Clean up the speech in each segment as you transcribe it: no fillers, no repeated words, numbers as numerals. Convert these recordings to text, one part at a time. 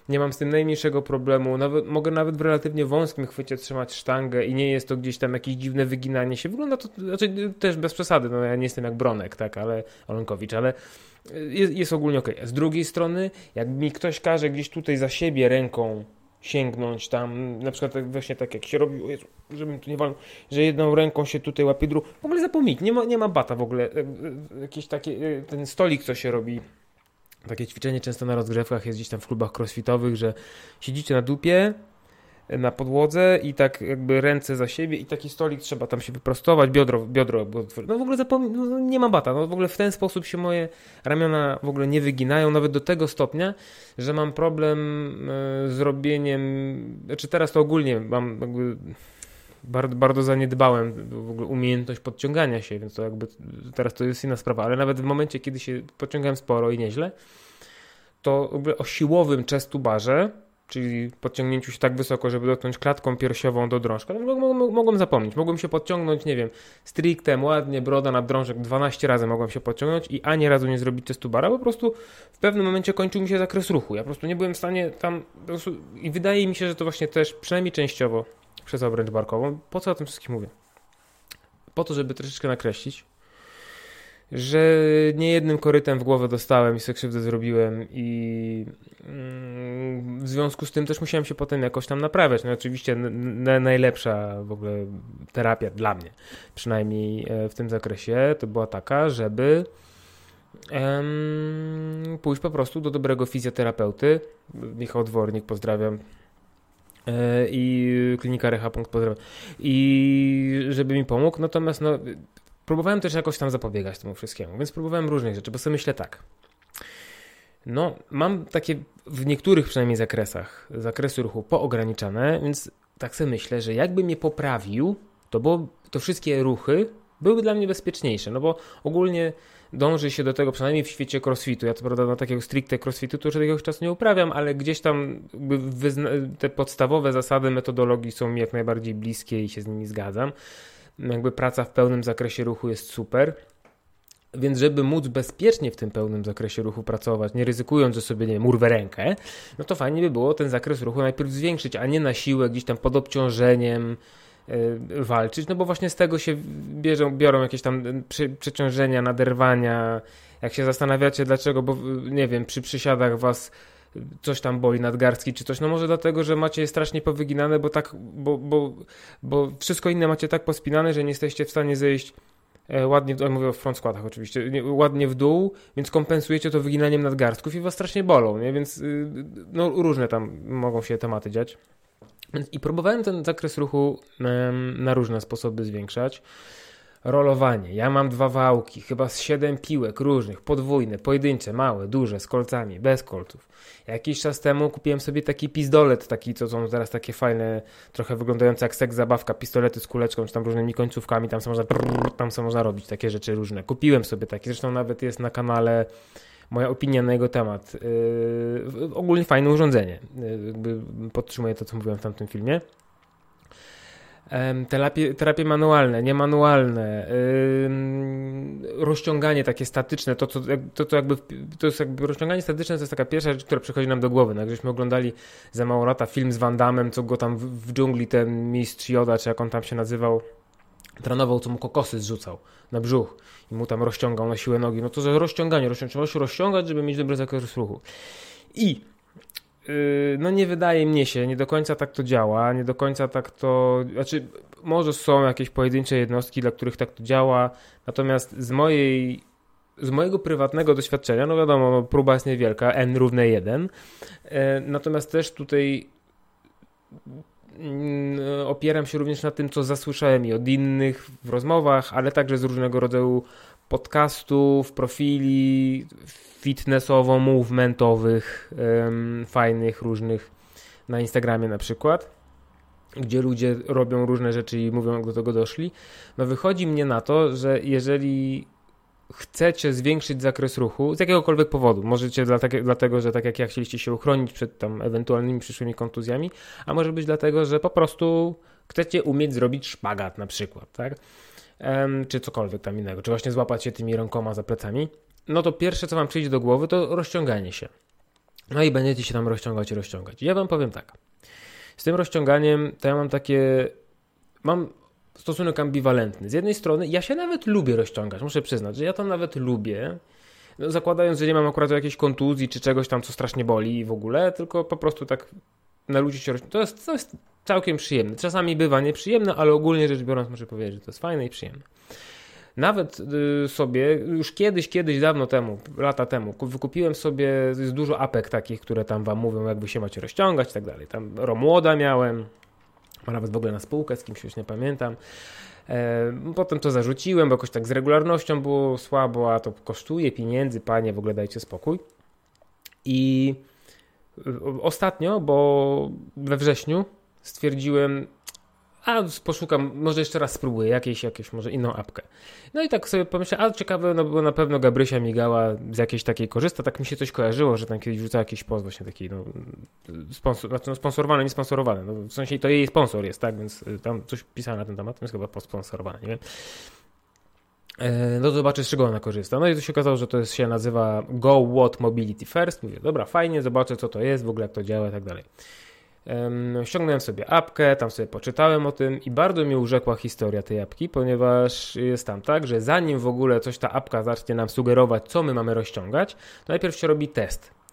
Nie mam z tym najmniejszego problemu, mogę nawet w relatywnie wąskim chwycie trzymać sztangę i nie jest to gdzieś tam jakieś dziwne wyginanie się. Wygląda to, znaczy też bez przesady, no ja nie jestem jak Bronek, tak, ale Olenkowicz, ale jest ogólnie okej. Z drugiej strony, jak mi ktoś każe gdzieś tutaj za siebie ręką sięgnąć tam, na przykład właśnie tak jak się robi, Jezu, żebym tu nie walnął, że jedną ręką się tutaj łapie drugą, w ogóle zapomnieć, nie ma bata w ogóle, jakieś takie, ten stolik co się robi, takie ćwiczenie często na rozgrzewkach jest gdzieś tam w klubach crossfitowych, że siedzicie na dupie, na podłodze i tak jakby ręce za siebie i taki stolik trzeba tam się wyprostować, biodro no w ogóle no nie ma bata, no w ogóle w ten sposób się moje ramiona w ogóle nie wyginają, nawet do tego stopnia, że mam problem z robieniem, znaczy teraz to ogólnie mam jakby bardzo zaniedbałem w ogóle umiejętność podciągania się, więc to jakby teraz to jest inna sprawa, ale nawet w momencie, kiedy się podciągałem sporo i nieźle, to w ogóle o siłowym chest to barze, czyli podciągnięciu się tak wysoko, żeby dotknąć klatką piersiową do drążka, no, mogłem zapomnieć. Mogłem się podciągnąć, nie wiem, strictem, ładnie, broda na drążek, 12 razy mogłem się podciągnąć i ani razu nie zrobić testu bara, po prostu w pewnym momencie kończył mi się zakres ruchu. Ja po prostu nie byłem w stanie tam, po prostu, i wydaje mi się, że to właśnie też, przynajmniej częściowo, przez obręcz barkową. Po co o tym wszystkim mówię? Po to, żeby troszeczkę nakreślić, że nie jednym korytem w głowę dostałem i sobie krzywdę zrobiłem i w związku z tym też musiałem się potem jakoś tam naprawiać. No oczywiście najlepsza w ogóle terapia dla mnie, przynajmniej w tym zakresie, to była taka, żeby pójść po prostu do dobrego fizjoterapeuty. Michał Dwornik, pozdrawiam. I klinika Reha. Pozdrawiam. I żeby mi pomógł, natomiast no próbowałem też jakoś tam zapobiegać temu wszystkiemu, więc próbowałem różnych rzeczy, bo sobie myślę tak. No, mam takie w niektórych przynajmniej zakresach, zakresy ruchu poograniczane, więc tak sobie myślę, że jakbym je poprawił, to wszystkie ruchy byłyby dla mnie bezpieczniejsze, no bo ogólnie dąży się do tego, przynajmniej w świecie crossfitu. Ja to prawda na takiego stricte crossfitu to już od jakiegoś czasu nie uprawiam, ale gdzieś tam te podstawowe zasady metodologii są mi jak najbardziej bliskie i się z nimi zgadzam. Jakby praca w pełnym zakresie ruchu jest super, więc żeby móc bezpiecznie w tym pełnym zakresie ruchu pracować, nie ryzykując, że sobie, nie wiem, urwę rękę, no to fajnie by było ten zakres ruchu najpierw zwiększyć, a nie na siłę gdzieś tam pod obciążeniem walczyć, no bo właśnie z tego się biorą jakieś tam przeciążenia, naderwania. Jak się zastanawiacie dlaczego, bo nie wiem, przy przysiadach was coś tam boli nadgarstki czy coś, no może dlatego, że macie je strasznie powyginane, bo wszystko inne macie tak pospinane, że nie jesteście w stanie zejść ładnie, mówię o front squatach oczywiście, ładnie w dół, więc kompensujecie to wyginaniem nadgarstków i was strasznie bolą, nie? Więc no różne tam mogą się tematy dziać. I próbowałem ten zakres ruchu na różne sposoby zwiększać. Rolowanie. Ja mam 2 wałki, chyba z 7 piłek różnych, podwójne, pojedyncze, małe, duże, z kolcami, bez kolców. Jakiś czas temu kupiłem sobie taki pizdolet, taki, co są teraz takie fajne, trochę wyglądające jak seks zabawka, pistolety z kuleczką, czy tam różnymi końcówkami, tam co można robić, takie rzeczy różne. Kupiłem sobie taki, zresztą nawet jest na kanale moja opinia na jego temat. Ogólnie fajne urządzenie. Podtrzymuję to, co mówiłem w tamtym filmie. Terapie manualne, niemanualne, rozciąganie takie statyczne, to jest jakby rozciąganie statyczne, to jest taka pierwsza rzecz, która przychodzi nam do głowy. No, jak żeśmy oglądali za mało lata film z Van Dammem, co go tam w dżungli ten mistrz Yoda, czy jak on tam się nazywał, trenował, co mu kokosy zrzucał na brzuch i mu tam rozciągał na siłę nogi. No to za rozciąganie, trzeba się rozciągać, żeby mieć dobry zakres ruchu. I no nie wydaje mnie się, nie do końca tak to działa, nie do końca tak to, znaczy może są jakieś pojedyncze jednostki, dla których tak to działa, natomiast z mojego prywatnego doświadczenia, no wiadomo, no, próba jest niewielka, n równe 1, natomiast też tutaj opieram się również na tym, co zasłyszałem i od innych w rozmowach, ale także z różnego rodzaju podcastów, profili fitnessowo-movementowych, fajnych, różnych na Instagramie na przykład, gdzie ludzie robią różne rzeczy i mówią, jak do tego doszli. No wychodzi mnie na to, że jeżeli chcecie zwiększyć zakres ruchu z jakiegokolwiek powodu, możecie dlatego, że tak jak ja chcieliście się uchronić przed tam ewentualnymi przyszłymi kontuzjami, a może być dlatego, że po prostu chcecie umieć zrobić szpagat na przykład, tak? Czy cokolwiek tam innego, czy właśnie złapać się tymi rękoma za plecami, no to pierwsze, co wam przyjdzie do głowy, to rozciąganie się. No i będziecie się tam rozciągać. Ja wam powiem tak. Z tym rozciąganiem to ja mam stosunek ambiwalentny. Z jednej strony ja się nawet lubię rozciągać, muszę przyznać, że ja to nawet lubię. No, zakładając, że nie mam akurat jakiejś kontuzji czy czegoś tam, co strasznie boli w ogóle, tylko po prostu tak na ludzi się rozciągać. To jest całkiem przyjemne. Czasami bywa nieprzyjemne, ale ogólnie rzecz biorąc muszę powiedzieć, że to jest fajne i przyjemne. Nawet sobie, już kiedyś, dawno temu, lata temu, wykupiłem sobie, jest dużo apek takich, które tam wam mówią, jakby się macie rozciągać i tak dalej. Tam Romłoda miałem, a nawet w ogóle na spółkę z kimś, już nie pamiętam. Potem to zarzuciłem, bo jakoś tak z regularnością było słabo, a to kosztuje pieniędzy, panie, w ogóle dajcie spokój. I ostatnio, bo we wrześniu stwierdziłem, poszukam, może jeszcze raz spróbuję jakieś może inną apkę. No i tak sobie pomyślałem, ciekawe, no bo na pewno Gabrysia Migała z jakiejś takiej korzysta, tak mi się coś kojarzyło, że tam kiedyś wrzucała jakiś post właśnie taki, sponsorowany, niesponsorowany, no w sensie to jej sponsor jest, tak, więc tam coś pisałem na ten temat, więc chyba sponsorowane, nie wiem. No to zobaczę, z czego ona korzysta. No i to się okazało, że to się nazywa Go What Mobility First. Mówię, dobra, fajnie, zobaczę co to jest, w ogóle jak to działa i tak dalej. Ściągnąłem sobie apkę, tam sobie poczytałem o tym i bardzo mi urzekła historia tej apki, ponieważ jest tam tak, że zanim w ogóle coś ta apka zacznie nam sugerować, co my mamy rozciągać, to najpierw się robi test.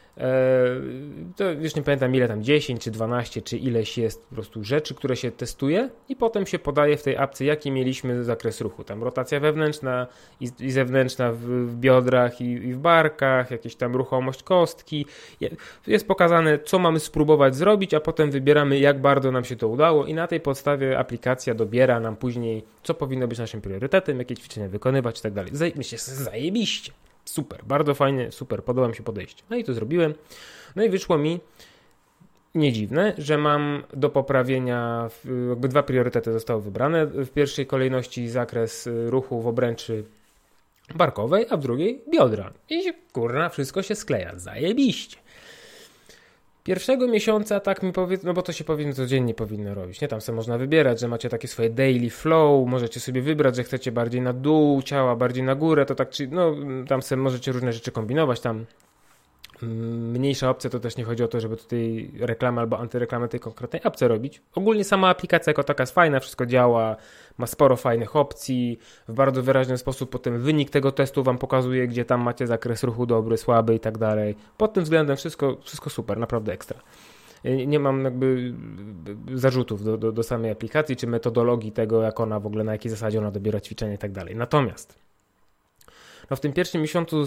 To już nie pamiętam ile tam, 10 czy 12 czy ileś jest po prostu rzeczy, które się testuje i potem się podaje w tej apce, jaki mieliśmy zakres ruchu. Tam rotacja wewnętrzna i zewnętrzna w biodrach i w barkach, jakieś tam ruchomość kostki. Jest pokazane, co mamy spróbować zrobić, a potem wybieramy, jak bardzo nam się to udało i na tej podstawie aplikacja dobiera nam później, co powinno być naszym priorytetem, jakie ćwiczenia wykonywać i tak dalej. Myślę, zajebiście. Super, bardzo fajnie, super, podoba mi się podejście. No i to zrobiłem. No i wyszło mi nie dziwne, że mam do poprawienia, jakby dwa priorytety zostały wybrane. W pierwszej kolejności zakres ruchu w obręczy barkowej, a w drugiej biodra. I kurna, wszystko się skleja, zajebiście. Pierwszego miesiąca tak mi powiedz, no bo to się powinno codziennie powinno robić, nie? Tam sobie można wybierać, że macie takie swoje daily flow, możecie sobie wybrać, że chcecie bardziej na dół ciała, bardziej na górę, to tak, no tam sobie możecie różne rzeczy kombinować, tam mniejsza opcja, to też nie chodzi o to, żeby tutaj reklamę albo antyreklamę tej konkretnej apce robić. Ogólnie sama aplikacja jako taka jest fajna, wszystko działa, ma sporo fajnych opcji, w bardzo wyraźny sposób potem wynik tego testu wam pokazuje, gdzie tam macie zakres ruchu dobry, słaby i tak dalej. Pod tym względem wszystko super, naprawdę ekstra. Nie mam jakby zarzutów do samej aplikacji, czy metodologii tego, jak ona w ogóle, na jakiej zasadzie ona dobiera ćwiczenia i tak dalej. Natomiast no w tym pierwszym miesiącu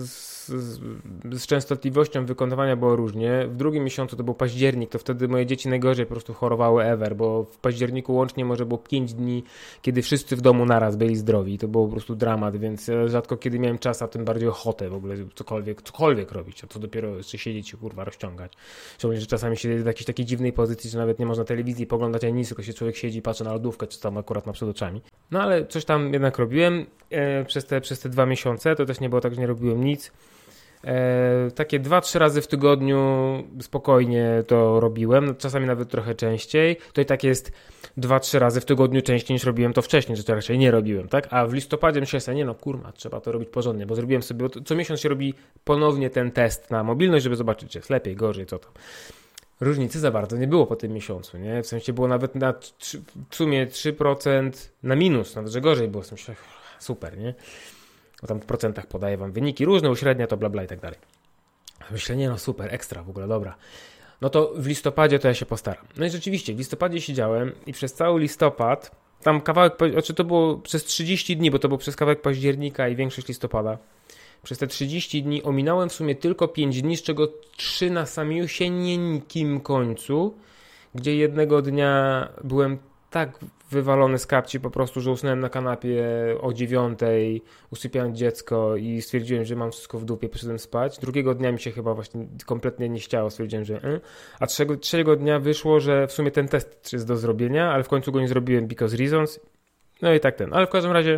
z częstotliwością wykonywania było różnie. W drugim miesiącu to był październik, to wtedy moje dzieci najgorzej po prostu chorowały ever, bo w październiku łącznie może było 5 dni, kiedy wszyscy w domu naraz byli zdrowi. To było po prostu dramat, więc rzadko kiedy miałem czas, a tym bardziej ochotę w ogóle cokolwiek robić, a co dopiero jeszcze siedzieć i kurwa rozciągać. Szczególnie, że czasami siedzę w jakiejś takiej dziwnej pozycji, że nawet nie można telewizji poglądać ani nic, tylko się człowiek siedzi i patrzy na lodówkę, co tam akurat ma przed oczami. No ale coś tam jednak robiłem przez te 2 miesiące, to też nie było tak, że nie robiłem nic. Takie 2-3 razy w tygodniu spokojnie to robiłem, czasami nawet trochę częściej. To i tak jest 2-3 razy w tygodniu częściej niż robiłem to wcześniej, że to raczej nie robiłem, tak? A w listopadzie myślałem sobie, trzeba to robić porządnie, bo zrobiłem sobie, co miesiąc się robi ponownie ten test na mobilność, żeby zobaczyć, czy jest lepiej, gorzej, co tam. Różnicy za bardzo nie było po tym miesiącu, nie? W sensie było nawet w sumie 3% na minus, nawet że gorzej było. Myślę, super, nie? Bo tam w procentach podaję wam wyniki różne, uśrednia to bla bla i tak dalej. Myślę, super, ekstra w ogóle, dobra. No to w listopadzie to ja się postaram. No i rzeczywiście, w listopadzie siedziałem i przez cały listopad, tam kawałek, znaczy to było przez 30 dni, bo to było przez kawałek października i większość listopada. Przez te 30 dni ominąłem w sumie tylko 5 dni, z czego 3 na samiusieńkim końcu, gdzie jednego dnia byłem tak wywalony z kapci po prostu, że usnąłem na kanapie o 9:00, usypiając dziecko i stwierdziłem, że mam wszystko w dupie, poszedłem spać. Drugiego dnia mi się chyba właśnie kompletnie nie chciało, stwierdziłem, że a trzeciego dnia wyszło, że w sumie ten test jest do zrobienia, ale w końcu go nie zrobiłem because reasons. No i tak ale w każdym razie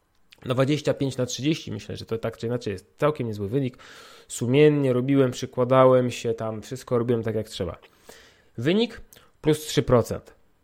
25/30 myślę, że to tak czy inaczej jest całkiem niezły wynik. Sumiennie robiłem, przykładałem się tam, wszystko robiłem tak jak trzeba. Wynik plus 3%.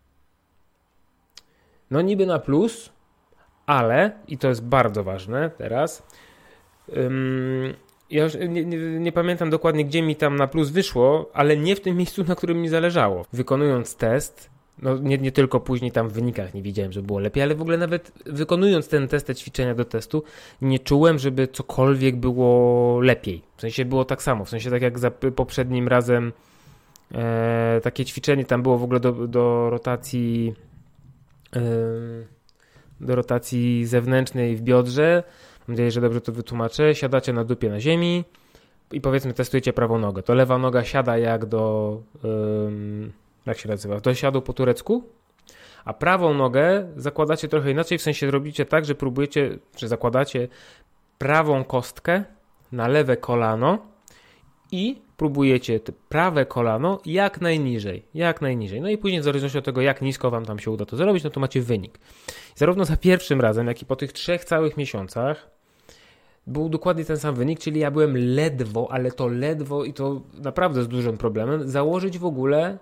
No niby na plus, ale, i to jest bardzo ważne teraz, Ja już nie pamiętam dokładnie, gdzie mi tam na plus wyszło, ale nie w tym miejscu, na którym mi zależało. Wykonując test, no nie tylko później tam w wynikach nie widziałem, że było lepiej, ale w ogóle nawet wykonując ten test, te ćwiczenia do testu, nie czułem, żeby cokolwiek było lepiej. W sensie było tak samo, w sensie tak jak za poprzednim razem takie ćwiczenie tam było w ogóle do rotacji do rotacji zewnętrznej w biodrze. Mam nadzieję, że dobrze to wytłumaczę. Siadacie na dupie na ziemi i powiedzmy testujecie prawą nogę. To lewa noga siada jak do jak się nazywa? Do siadu po turecku, a prawą nogę zakładacie trochę inaczej, w sensie robicie tak, że próbujecie, czy zakładacie prawą kostkę na lewe kolano i próbujecie prawe kolano jak najniżej. No i później w zależności od tego, jak nisko wam tam się uda to zrobić, no to macie wynik. Zarówno za pierwszym razem, jak i po tych 3 całych miesiącach był dokładnie ten sam wynik, czyli ja byłem ledwo, ale to ledwo i to naprawdę z dużym problemem, założyć w ogóle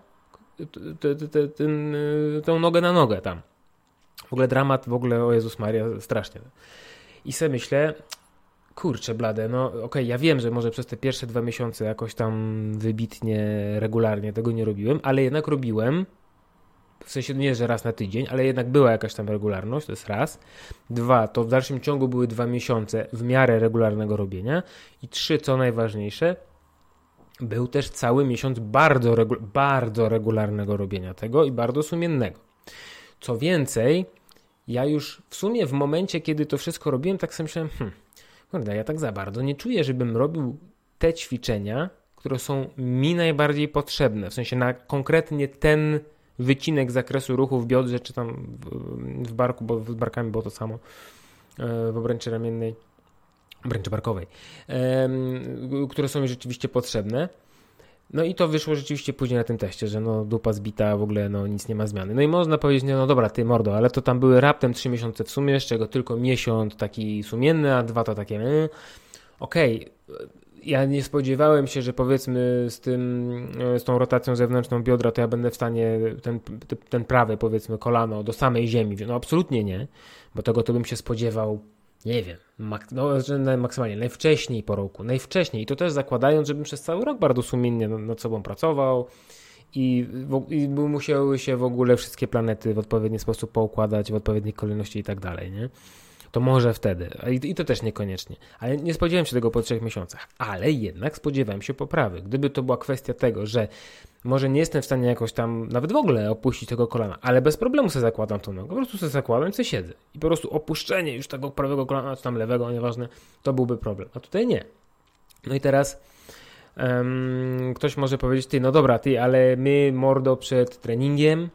tę nogę na nogę tam. W ogóle dramat, w ogóle o Jezus Maria, strasznie. I sobie myślę, kurczę blade, no okej, ja wiem, że może przez te pierwsze 2 miesiące jakoś tam wybitnie, regularnie tego nie robiłem, ale jednak robiłem, w sensie nie, że raz na tydzień, ale jednak była jakaś tam regularność, to jest raz. 2, to w dalszym ciągu były 2 miesiące w miarę regularnego robienia. I 3, co najważniejsze, był też cały miesiąc bardzo regularnego robienia tego i bardzo sumiennego. Co więcej, ja już w sumie w momencie, kiedy to wszystko robiłem, tak sobie myślałem, kurde, ja tak za bardzo nie czuję, żebym robił te ćwiczenia, które są mi najbardziej potrzebne. W sensie na konkretnie ten wycinek zakresu ruchu w biodrze, czy tam w barku, bo z barkami było to samo, w obręczy ramiennej, obręczy barkowej, które są mi rzeczywiście potrzebne. No i to wyszło rzeczywiście później na tym teście, że no dupa zbita, w ogóle no nic nie ma zmiany. No i można powiedzieć, no dobra, ty mordo, ale to tam były raptem 3 miesiące w sumie, z czego tylko miesiąc taki sumienny, a 2 to takie Okej. Ja nie spodziewałem się, że powiedzmy z tą rotacją zewnętrzną biodra, to ja będę w stanie ten prawy, powiedzmy, kolano do samej ziemi. No absolutnie nie, bo tego to bym się spodziewał, nie wiem, maksymalnie, najwcześniej po roku, najwcześniej. I to też zakładając, żebym przez cały rok bardzo sumiennie nad sobą pracował i musiały się w ogóle wszystkie planety w odpowiedni sposób poukładać, w odpowiedniej kolejności i tak dalej, nie? To może wtedy. I to też niekoniecznie. Ale nie spodziewałem się tego po 3 miesiącach. Ale jednak spodziewałem się poprawy. Gdyby to była kwestia tego, że może nie jestem w stanie jakoś tam nawet w ogóle opuścić tego kolana, ale bez problemu sobie zakładam tą nogę. Po prostu sobie zakładam i sobie siedzę. I po prostu opuszczenie już tego prawego kolana, czy tam lewego, nieważne, to byłby problem. A tutaj nie. No i teraz ktoś może powiedzieć, ty, no dobra, ty, ale my, mordo, przed treningiem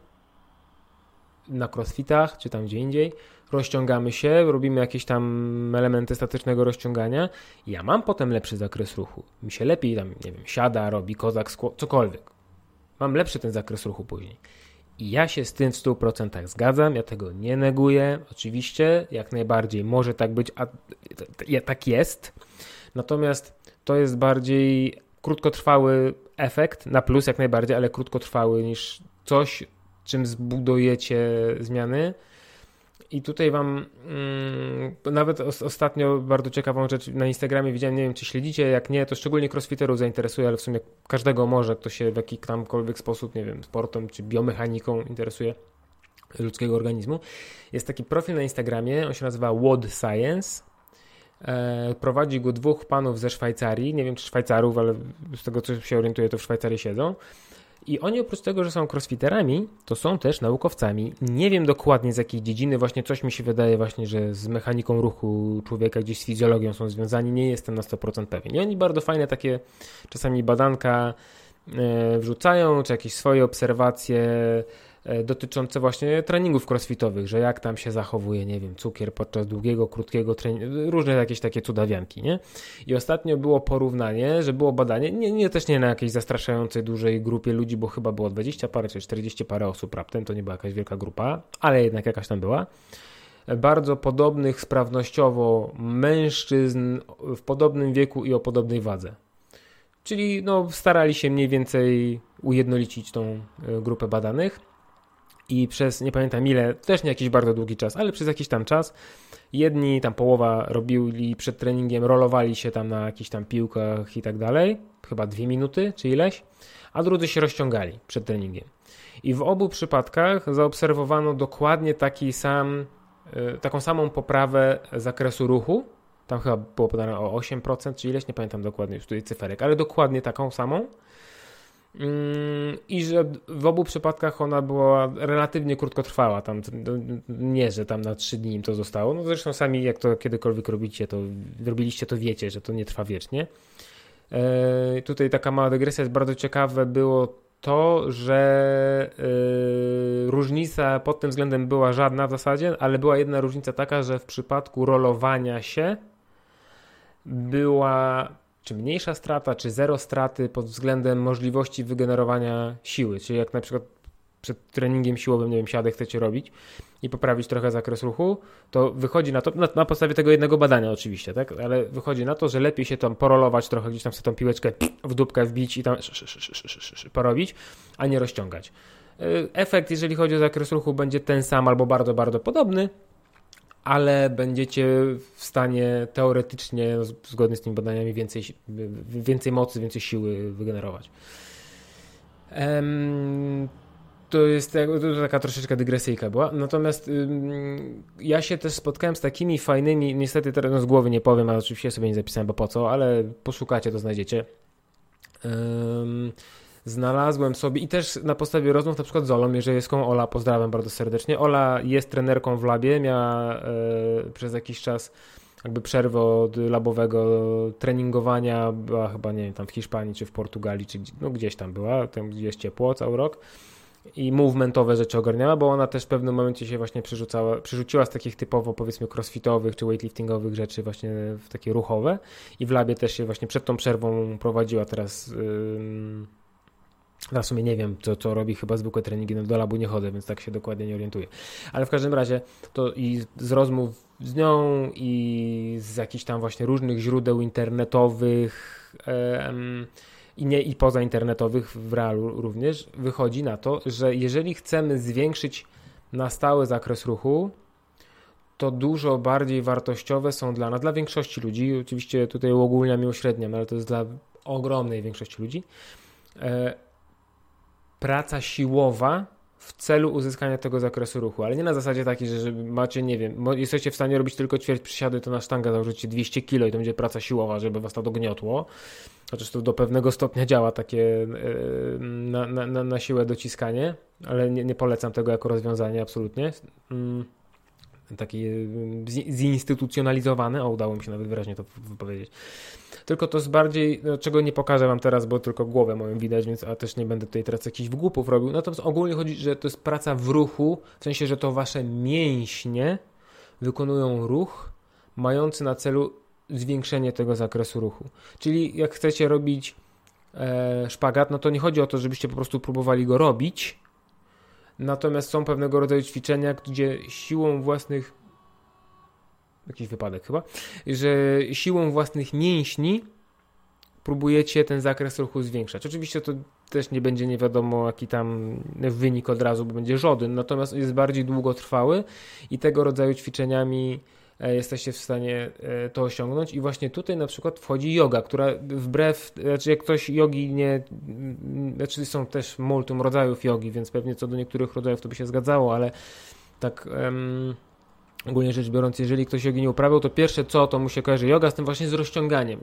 na crossfitach, czy tam gdzie indziej, rozciągamy się, robimy jakieś tam elementy statycznego rozciągania. Ja mam potem lepszy zakres ruchu. Mi się lepiej tam, nie wiem, siada, robi kozak, cokolwiek. Mam lepszy ten zakres ruchu później. I ja się z tym w 100% zgadzam, ja tego nie neguję. Oczywiście, jak najbardziej może tak być, a tak jest. Natomiast to jest bardziej krótkotrwały efekt, na plus jak najbardziej, ale krótkotrwały niż coś, czym zbudujecie zmiany. I tutaj wam nawet ostatnio bardzo ciekawą rzecz na Instagramie widziałem, nie wiem czy śledzicie, jak nie, to szczególnie crossfiterów zainteresuje, ale w sumie każdego może, kto się w jakikolwiek sposób, nie wiem, sportem czy biomechaniką interesuje ludzkiego organizmu. Jest taki profil na Instagramie, on się nazywa WOD Science. Prowadzi go 2 panów ze Szwajcarii, nie wiem czy Szwajcarów, ale z tego co się orientuję, to w Szwajcarii siedzą. I oni oprócz tego, że są crossfiterami, to są też naukowcami. Nie wiem dokładnie z jakiej dziedziny, właśnie coś mi się wydaje właśnie, że z mechaniką ruchu człowieka, gdzieś z fizjologią są związani, nie jestem na 100% pewien. I oni bardzo fajne takie czasami badanka wrzucają, czy jakieś swoje obserwacje dotyczące właśnie treningów crossfitowych, że jak tam się zachowuje, nie wiem, cukier podczas długiego, krótkiego treningu, różne jakieś takie cudawianki, nie? I ostatnio było porównanie, że było badanie, też nie na jakiejś zastraszającej dużej grupie ludzi, bo chyba było 20 parę czy 40 parę osób raptem, to nie była jakaś wielka grupa, ale jednak jakaś tam była. Bardzo podobnych sprawnościowo mężczyzn w podobnym wieku i o podobnej wadze. Czyli no, starali się mniej więcej ujednolicić tą grupę badanych. i przez, nie pamiętam ile, też nie jakiś bardzo długi czas, ale przez jakiś tam czas jedni tam połowa robili przed treningiem, rolowali się tam na jakichś tam piłkach i tak dalej, chyba 2 minuty czy ileś, a drudzy się rozciągali przed treningiem. I w obu przypadkach zaobserwowano dokładnie taką samą poprawę zakresu ruchu. Tam chyba było podane o 8% czy ileś, nie pamiętam dokładnie już tutaj cyferek, ale dokładnie taką samą. I że w obu przypadkach ona była relatywnie krótkotrwała. Tam, nie, że tam na 3 dni im to zostało. No zresztą sami jak to kiedykolwiek robiliście, to wiecie, że to nie trwa wiecznie. Tutaj taka mała dygresja, jest bardzo ciekawe było to, że różnica pod tym względem była żadna w zasadzie, ale była jedna różnica taka, że w przypadku rolowania się była czy mniejsza strata, czy zero straty pod względem możliwości wygenerowania siły. Czyli jak na przykład przed treningiem siłowym, nie wiem, siadę chcecie robić i poprawić trochę zakres ruchu, to wychodzi na to, na podstawie tego jednego badania oczywiście, tak? Ale wychodzi na to, że lepiej się tam porolować trochę, gdzieś tam sobie tą piłeczkę w dupkę wbić i tam porobić, a nie rozciągać. Efekt, jeżeli chodzi o zakres ruchu, będzie ten sam albo bardzo, bardzo podobny, ale będziecie w stanie teoretycznie, zgodnie z tymi badaniami, więcej mocy, więcej siły wygenerować. To jest taka troszeczkę dygresyjka była. Natomiast ja się też spotkałem z takimi fajnymi, niestety teraz z głowy nie powiem, ale oczywiście sobie nie zapisałem, bo po co, ale poszukacie, to znajdziecie. Znalazłem sobie i też na podstawie rozmów na przykład z Olą Mierzejewską. Ola, pozdrawiam bardzo serdecznie. Ola jest trenerką w labie, miała przez jakiś czas jakby przerwę od labowego treningowania, była chyba, nie wiem, tam w Hiszpanii czy w Portugalii, czy gdzieś tam była, tam gdzie jest ciepło cały rok i movementowe rzeczy ogarniała, bo ona też w pewnym momencie się właśnie przerzuciła z takich typowo, powiedzmy, crossfitowych czy weightliftingowych rzeczy właśnie w takie ruchowe i w labie też się właśnie przed tą przerwą prowadziła teraz. W sumie nie wiem, co robi, chyba zwykłe treningi, no do labu nie chodzę, więc tak się dokładnie nie orientuję. Ale w każdym razie to i z rozmów z nią i z jakichś tam właśnie różnych źródeł internetowych i pozainternetowych w realu również wychodzi na to, że jeżeli chcemy zwiększyć na stałe zakres ruchu, to dużo bardziej wartościowe są dla większości ludzi, oczywiście tutaj uogólniam i uśredniam, ale to jest dla ogromnej większości ludzi, praca siłowa w celu uzyskania tego zakresu ruchu, ale nie na zasadzie takiej, że macie, nie wiem, jesteście w stanie robić tylko ćwierć przysiady, to na sztangę założycie 200 kg i to będzie praca siłowa, żeby was to dogniotło, chociaż to do pewnego stopnia działa takie na siłę dociskanie, ale nie polecam tego jako rozwiązanie absolutnie. Taki zinstytucjonalizowany, udało mi się nawet wyraźnie to wypowiedzieć. Tylko to jest bardziej, czego nie pokażę wam teraz, bo tylko głowę moją widać, więc też nie będę tutaj teraz jakichś wygłupów robił. Natomiast ogólnie chodzi, że to jest praca w ruchu, w sensie, że to wasze mięśnie wykonują ruch mający na celu zwiększenie tego zakresu ruchu. Czyli jak chcecie robić szpagat, no to nie chodzi o to, żebyście po prostu próbowali go robić, natomiast są pewnego rodzaju ćwiczenia, gdzie siłą własnych, jakiś wypadek chyba, że siłą własnych mięśni próbujecie ten zakres ruchu zwiększać. Oczywiście to też nie będzie nie wiadomo jaki tam wynik od razu, bo będzie żaden, natomiast jest bardziej długotrwały i tego rodzaju ćwiczeniami jesteście w stanie to osiągnąć i właśnie tutaj na przykład wchodzi joga, która znaczy jak ktoś jogi znaczy są też multum rodzajów jogi, więc pewnie co do niektórych rodzajów to by się zgadzało, ale tak ogólnie rzecz biorąc, jeżeli ktoś jogi nie uprawiał, to pierwsze co, to mu się kojarzy joga z tym właśnie z rozciąganiem.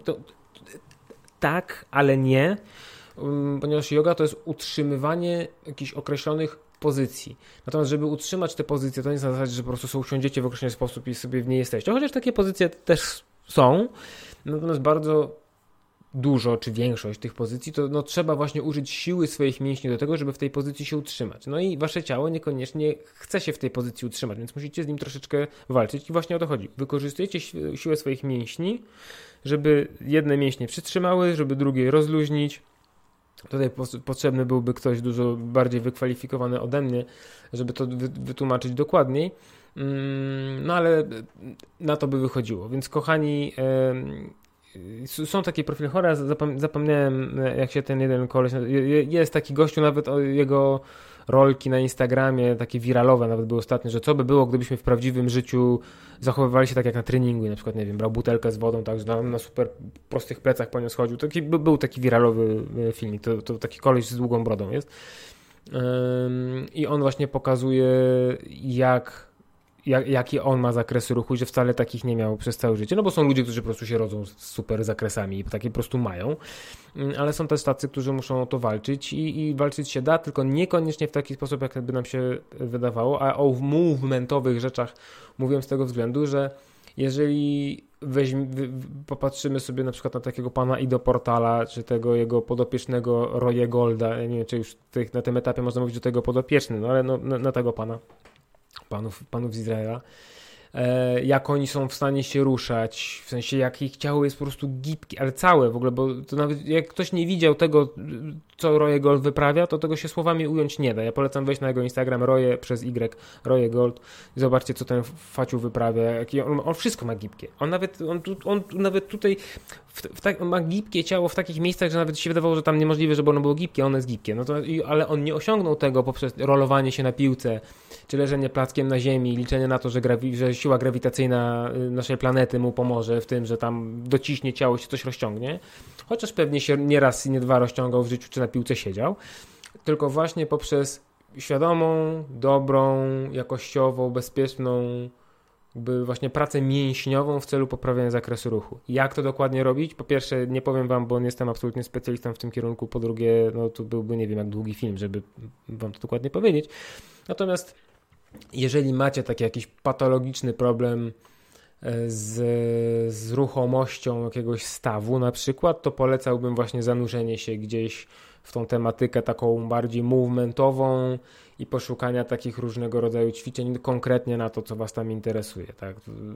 Tak, ale nie, ponieważ joga to jest utrzymywanie jakichś określonych pozycji. Natomiast żeby utrzymać te pozycje, to nie jest na zasadzie, że po prostu sobie usiądziecie w określony sposób i sobie w niej jesteście. Chociaż takie pozycje też są. Natomiast bardzo dużo, czy większość tych pozycji, to trzeba właśnie użyć siły swoich mięśni do tego, żeby w tej pozycji się utrzymać. No i wasze ciało niekoniecznie chce się w tej pozycji utrzymać, więc musicie z nim troszeczkę walczyć i właśnie o to chodzi. Wykorzystujecie siłę swoich mięśni, żeby jedne mięśnie przytrzymały, żeby drugie rozluźnić. Tutaj potrzebny byłby ktoś dużo bardziej wykwalifikowany ode mnie, żeby to wytłumaczyć dokładniej. No ale na to by wychodziło. Więc kochani, są takie profile chore, zapomniałem jak się ten jeden koleś, jest taki gościu, nawet jego rolki na Instagramie, takie wiralowe nawet były ostatnio, że co by było, gdybyśmy w prawdziwym życiu zachowywali się tak jak na treningu i na przykład, nie wiem, brał butelkę z wodą, tak, że na super prostych plecach po nią schodził. Był taki wiralowy filmik, to taki koleś z długą brodą jest. I on właśnie pokazuje, jaki on ma zakresy ruchu, że wcale takich nie miał przez całe życie. No bo są ludzie, którzy po prostu się rodzą z super zakresami i takie po prostu mają. Ale są też tacy, którzy muszą o to walczyć i walczyć się da, tylko niekoniecznie w taki sposób, jak by nam się wydawało. A o movementowych rzeczach mówiłem z tego względu, że jeżeli popatrzymy sobie na przykład na takiego pana Ido Portala, czy tego jego podopiecznego Roye Golda, ja nie wiem, czy już na tym etapie można mówić do tego podopieczny, no ale na tego panów z Izraela, jak oni są w stanie się ruszać, w sensie jak ich ciało jest po prostu gibkie, ale całe w ogóle, bo to nawet jak ktoś nie widział tego, co Roye Gold wyprawia, to tego się słowami ująć nie da. Ja polecam wejść na jego Instagram Roye przez Y, Roye Gold i zobaczcie, co ten faciu wyprawia. On wszystko ma gibkie. On nawet tutaj on ma gibkie ciało w takich miejscach, że nawet się wydawało, że tam niemożliwe, żeby ono było gibkie, ono jest gibkie. No to, ale on nie osiągnął tego poprzez rolowanie się na piłce, czy leżenie plackiem na ziemi, liczenie na to, że siła grawitacyjna naszej planety mu pomoże w tym, że tam dociśnie ciało, się coś rozciągnie. Chociaż pewnie się nie raz i nie dwa rozciągał w życiu, czy na piłce siedział. Tylko właśnie poprzez świadomą, dobrą, jakościową, bezpieczną jakby właśnie pracę mięśniową w celu poprawiania zakresu ruchu. Jak to dokładnie robić? Po pierwsze, nie powiem wam, bo nie jestem absolutnie specjalistą w tym kierunku. Po drugie, no to byłby nie wiem jak długi film, żeby wam to dokładnie powiedzieć. Natomiast jeżeli macie taki jakiś patologiczny problem z ruchomością jakiegoś stawu na przykład, to polecałbym właśnie zanurzenie się gdzieś w tą tematykę taką bardziej movementową i poszukania takich różnego rodzaju ćwiczeń konkretnie na to, co was tam interesuje. Tak?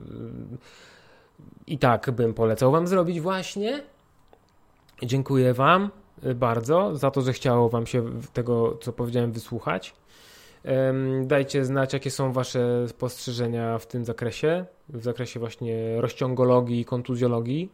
I tak bym polecał wam zrobić właśnie. Dziękuję wam bardzo za to, że chciało wam się tego, co powiedziałem, wysłuchać. Dajcie znać, jakie są wasze spostrzeżenia w tym zakresie, w zakresie właśnie rozciągologii i kontuzjologii.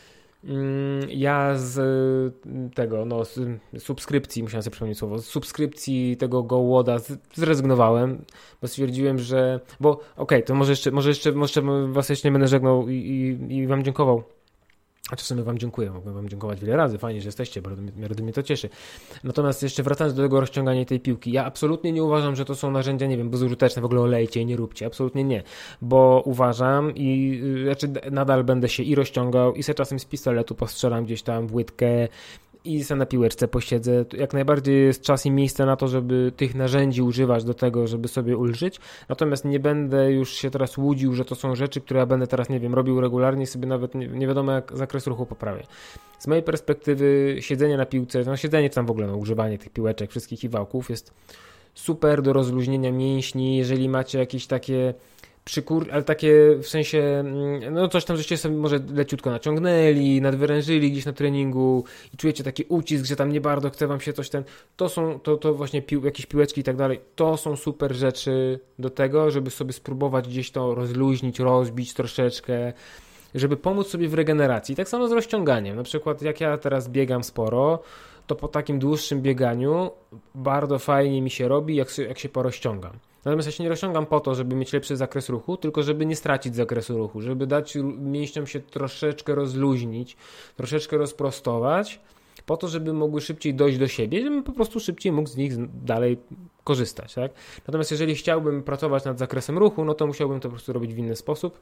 Ja z tego, z subskrypcji, musiałem sobie przypomnieć słowo, z subskrypcji tego GoWoda zrezygnowałem, bo stwierdziłem, że, to może jeszcze was jeszcze nie będę żegnał i wam dziękował. A czasem wam dziękuję, mogę wam dziękować wiele razy, fajnie, że jesteście, bardzo mnie to cieszy. Natomiast jeszcze wracając do tego rozciągania tej piłki, ja absolutnie nie uważam, że to są narzędzia, nie wiem, bezużyteczne, w ogóle olejcie i nie róbcie, absolutnie nie, bo uważam nadal będę się i rozciągał i sobie czasem z pistoletu postrzelam gdzieś tam w łydkę i sobie na piłeczce posiedzę. Jak najbardziej jest czas i miejsce na to, żeby tych narzędzi używać do tego, żeby sobie ulżyć. Natomiast nie będę już się teraz łudził, że to są rzeczy, które ja będę teraz, nie wiem, robił regularnie i sobie nawet nie wiadomo jak zakres ruchu poprawię. Z mojej perspektywy siedzenie na piłce, siedzenie czy tam w ogóle używanie tych piłeczek, wszystkich i wałków jest super do rozluźnienia mięśni, jeżeli macie jakieś takie ale takie w sensie, coś tam, żeście sobie może leciutko naciągnęli, nadwyrężyli gdzieś na treningu i czujecie taki ucisk, że tam nie bardzo chce wam się coś to właśnie jakieś piłeczki i tak dalej, to są super rzeczy do tego, żeby sobie spróbować gdzieś to rozluźnić, rozbić troszeczkę, żeby pomóc sobie w regeneracji. Tak samo z rozciąganiem, na przykład jak ja teraz biegam sporo, to po takim dłuższym bieganiu bardzo fajnie mi się robi, jak się porozciągam. Natomiast ja się nie rozciągam po to, żeby mieć lepszy zakres ruchu, tylko żeby nie stracić zakresu ruchu, żeby dać mięśniom się troszeczkę rozluźnić, troszeczkę rozprostować, po to, żeby mogły szybciej dojść do siebie, żebym po prostu szybciej mógł z nich dalej korzystać. Tak? Natomiast jeżeli chciałbym pracować nad zakresem ruchu, no to musiałbym to po prostu robić w inny sposób.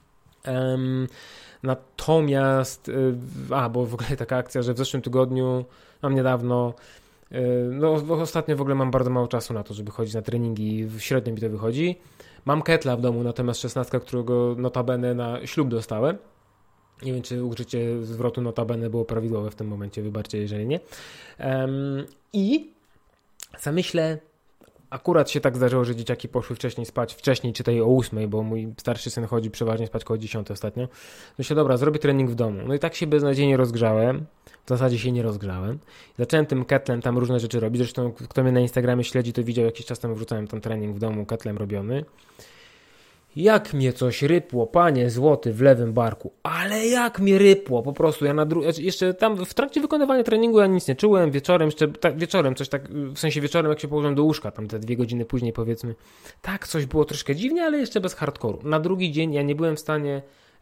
Natomiast, bo w ogóle taka akcja, że w zeszłym tygodniu, mam niedawno, ostatnio w ogóle mam bardzo mało czasu na to, żeby chodzić na treningi, średnio mi to wychodzi. Mam ketla w domu, natomiast 16, którego notabene na ślub dostałem. Nie wiem, czy użycie zwrotu notabene było prawidłowe w tym momencie, wybaczcie, jeżeli nie. I myślę, akurat się tak zdarzyło, że dzieciaki poszły wcześniej, czytaj o 8, bo mój starszy syn chodzi przeważnie spać koło 10 ostatnio. Myślę, dobra, zrobię trening w domu. No i tak się beznadziejnie rozgrzałem. W zasadzie się nie rozgrzałem. Zacząłem tym ketlem tam różne rzeczy robić. Zresztą kto mnie na Instagramie śledzi, to widział, jakiś czas temu wrzucałem ten trening w domu ketlem robiony. Jak mnie coś rypło, panie złoty, w lewym barku. Ale jak mnie rypło, po prostu. Jeszcze tam w trakcie wykonywania treningu ja nic nie czułem. Wieczorem, coś tak, w sensie wieczorem jak się położyłem do łóżka, tam te 2 godziny później powiedzmy. Tak, coś było troszkę dziwnie, ale jeszcze bez hardkoru. Na drugi dzień ja nie byłem w stanie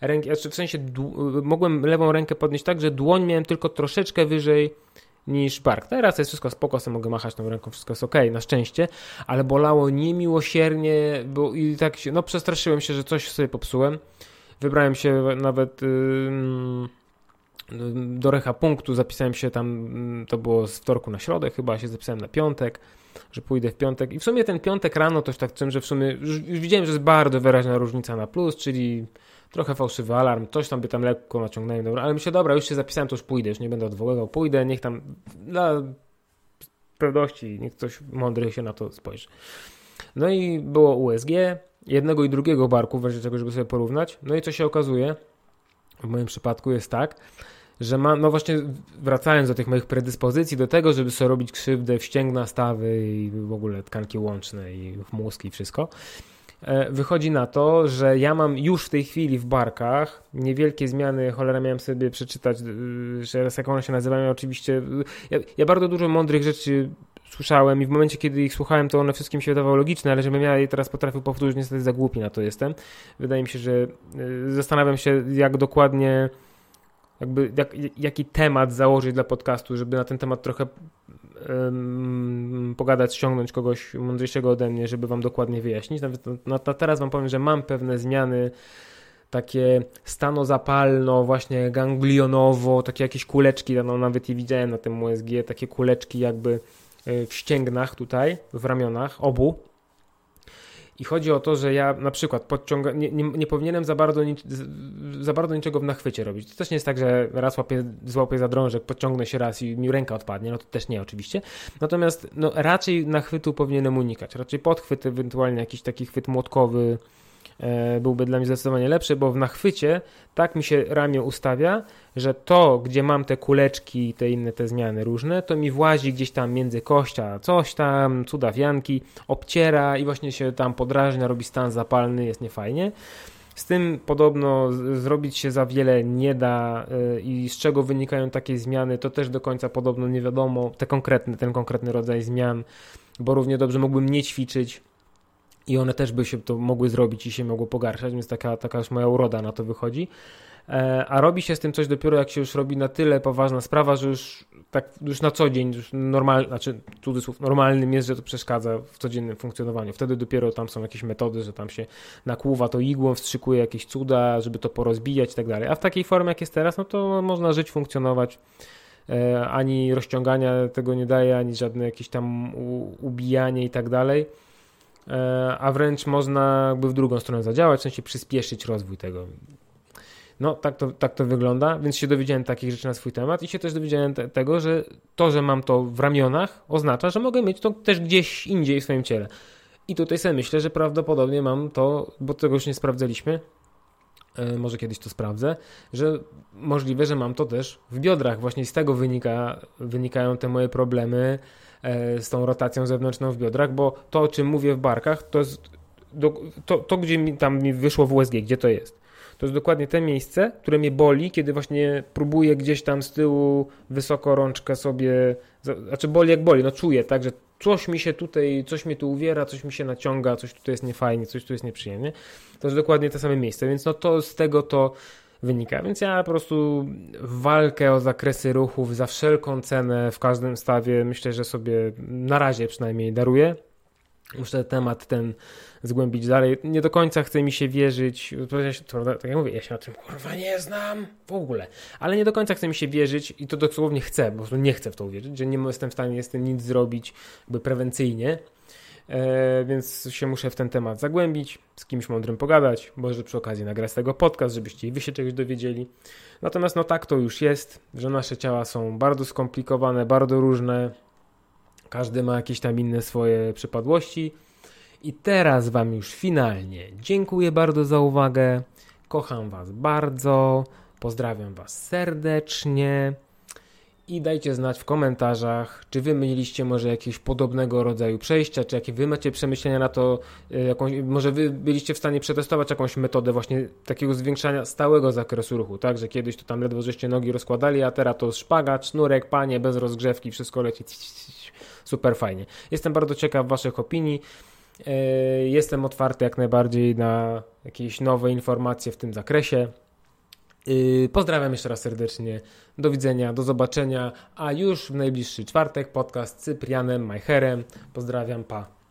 mogłem lewą rękę podnieść tak, że dłoń miałem tylko troszeczkę wyżej niż bark. Teraz jest wszystko spoko, sobie mogę machać tą ręką, wszystko jest okej, na szczęście, ale bolało niemiłosiernie, bo i tak się, przestraszyłem się, że coś sobie popsułem. Wybrałem się nawet do rehapunktu, zapisałem się tam, to było z wtorku na środę, chyba się zapisałem na piątek, że pójdę w piątek i w sumie ten piątek rano też tak czym, że w sumie już widziałem, że jest bardzo wyraźna różnica na plus, czyli trochę fałszywy alarm, coś tam by tam lekko naciągnąłem, dobra, ale myślę, dobra, już się zapisałem, to już pójdę, już nie będę odwoływał, pójdę, niech tam dla pewności, niech ktoś mądry się na to spojrzy. No i było USG, jednego i drugiego barku, w razie czego, żeby sobie porównać, no i co się okazuje, w moim przypadku jest tak, że no właśnie wracając do tych moich predyspozycji, do tego, żeby sobie robić krzywdę w ścięgna, stawy i w ogóle tkanki łączne i w mózg i wszystko, wychodzi na to, że ja mam już w tej chwili w barkach niewielkie zmiany, cholera miałem sobie przeczytać, że raz jak one się nazywają, oczywiście, ja bardzo dużo mądrych rzeczy słyszałem i w momencie, kiedy ich słuchałem, to one wszystkim się wydawały logiczne, ale żebym ja je teraz potrafił powtórzyć, niestety za głupi na to jestem. Wydaje mi się, że zastanawiam się, jak dokładnie jaki temat założyć dla podcastu, żeby na ten temat trochę pogadać, ściągnąć kogoś mądrzejszego ode mnie, żeby wam dokładnie wyjaśnić. Nawet teraz wam powiem, że mam pewne zmiany takie stanozapalno, właśnie ganglionowo, takie jakieś kuleczki, no nawet je widziałem na tym USG, takie kuleczki jakby w ścięgnach tutaj, w ramionach, obu. I chodzi o to, że ja na przykład nie powinienem za bardzo niczego w nachwycie robić. To też nie jest tak, że raz złapię za drążek, podciągnę się raz i mi ręka odpadnie, no to też nie oczywiście. Natomiast raczej nachwytu powinienem unikać. Raczej podchwyt, ewentualnie jakiś taki chwyt młotkowy byłby dla mnie zdecydowanie lepszy, bo w nachwycie tak mi się ramię ustawia, że to, gdzie mam te kuleczki i te zmiany różne, to mi włazi gdzieś tam między kościa, coś tam, cudawianki, obciera i właśnie się tam podrażnia, robi stan zapalny, jest niefajnie. Z tym podobno zrobić się za wiele nie da i z czego wynikają takie zmiany, to też do końca podobno nie wiadomo, ten konkretny rodzaj zmian, bo równie dobrze mógłbym nie ćwiczyć, i one też by się to mogły zrobić i się mogło pogarszać, więc taka już moja uroda na to wychodzi. A robi się z tym coś dopiero jak się już robi na tyle poważna sprawa, że już na co dzień, już normalnym jest, że to przeszkadza w codziennym funkcjonowaniu. Wtedy dopiero tam są jakieś metody, że tam się nakłuwa to igłą, wstrzykuje jakieś cuda, żeby to porozbijać i tak dalej. A w takiej formie jak jest teraz, no to można żyć, funkcjonować. Ani rozciągania tego nie daje, ani żadne jakieś tam ubijanie i tak dalej. A wręcz można jakby w drugą stronę zadziałać, w sensie przyspieszyć rozwój tego. No, tak to wygląda, więc się dowiedziałem takich rzeczy na swój temat i się też dowiedziałem tego, że to, że mam to w ramionach, oznacza, że mogę mieć to też gdzieś indziej w swoim ciele. I tutaj sobie myślę, że prawdopodobnie mam to, bo tego już nie sprawdzaliśmy, może kiedyś to sprawdzę, że możliwe, że mam to też w biodrach. Właśnie z tego wynikają te moje problemy z tą rotacją zewnętrzną w biodrach, bo to, o czym mówię w barkach, to jest to gdzie mi wyszło w USG, gdzie to jest. To jest dokładnie te miejsce, które mnie boli, kiedy właśnie próbuję gdzieś tam z tyłu wysoko rączkę sobie, znaczy boli jak boli, no czuję, tak, że coś mnie tu uwiera, coś mi się naciąga, coś tutaj jest niefajnie, coś tu jest nieprzyjemnie. To jest dokładnie te same miejsce, więc no to z tego to wynika. Więc ja po prostu walkę o zakresy ruchów za wszelką cenę w każdym stawie myślę, że sobie na razie przynajmniej daruję. Muszę temat ten zgłębić dalej. Nie do końca chce mi się wierzyć, tak jak mówię, ja się na tym kurwa nie znam w ogóle, ale nie do końca chce mi się wierzyć i to dosłownie chcę, bo nie chcę w to uwierzyć, że nie jestem w stanie z tym nic zrobić jakby prewencyjnie, więc się muszę w ten temat zagłębić, z kimś mądrym pogadać, może przy okazji nagrać z tego podcast, żebyście i wy się czegoś dowiedzieli. Natomiast no tak to już jest, że nasze ciała są bardzo skomplikowane, bardzo różne, każdy ma jakieś tam inne swoje przypadłości. I teraz wam już finalnie dziękuję bardzo za uwagę. Kocham was bardzo. Pozdrawiam was serdecznie. i dajcie znać w komentarzach, czy wy mieliście może jakiegoś podobnego rodzaju przejścia, czy jakie wy macie przemyślenia na to, może wy byliście w stanie przetestować jakąś metodę właśnie takiego zwiększania stałego zakresu ruchu, tak, że kiedyś to tam ledwo żeście nogi rozkładali, a teraz to szpagat, sznurek, panie, bez rozgrzewki, wszystko leci super fajnie. Jestem bardzo ciekaw waszych opinii. Jestem otwarty jak najbardziej na jakieś nowe informacje w tym zakresie. Pozdrawiam jeszcze raz serdecznie. Do widzenia, do zobaczenia. A już w najbliższy czwartek podcast z Cyprianem Majcherem. Pozdrawiam, pa.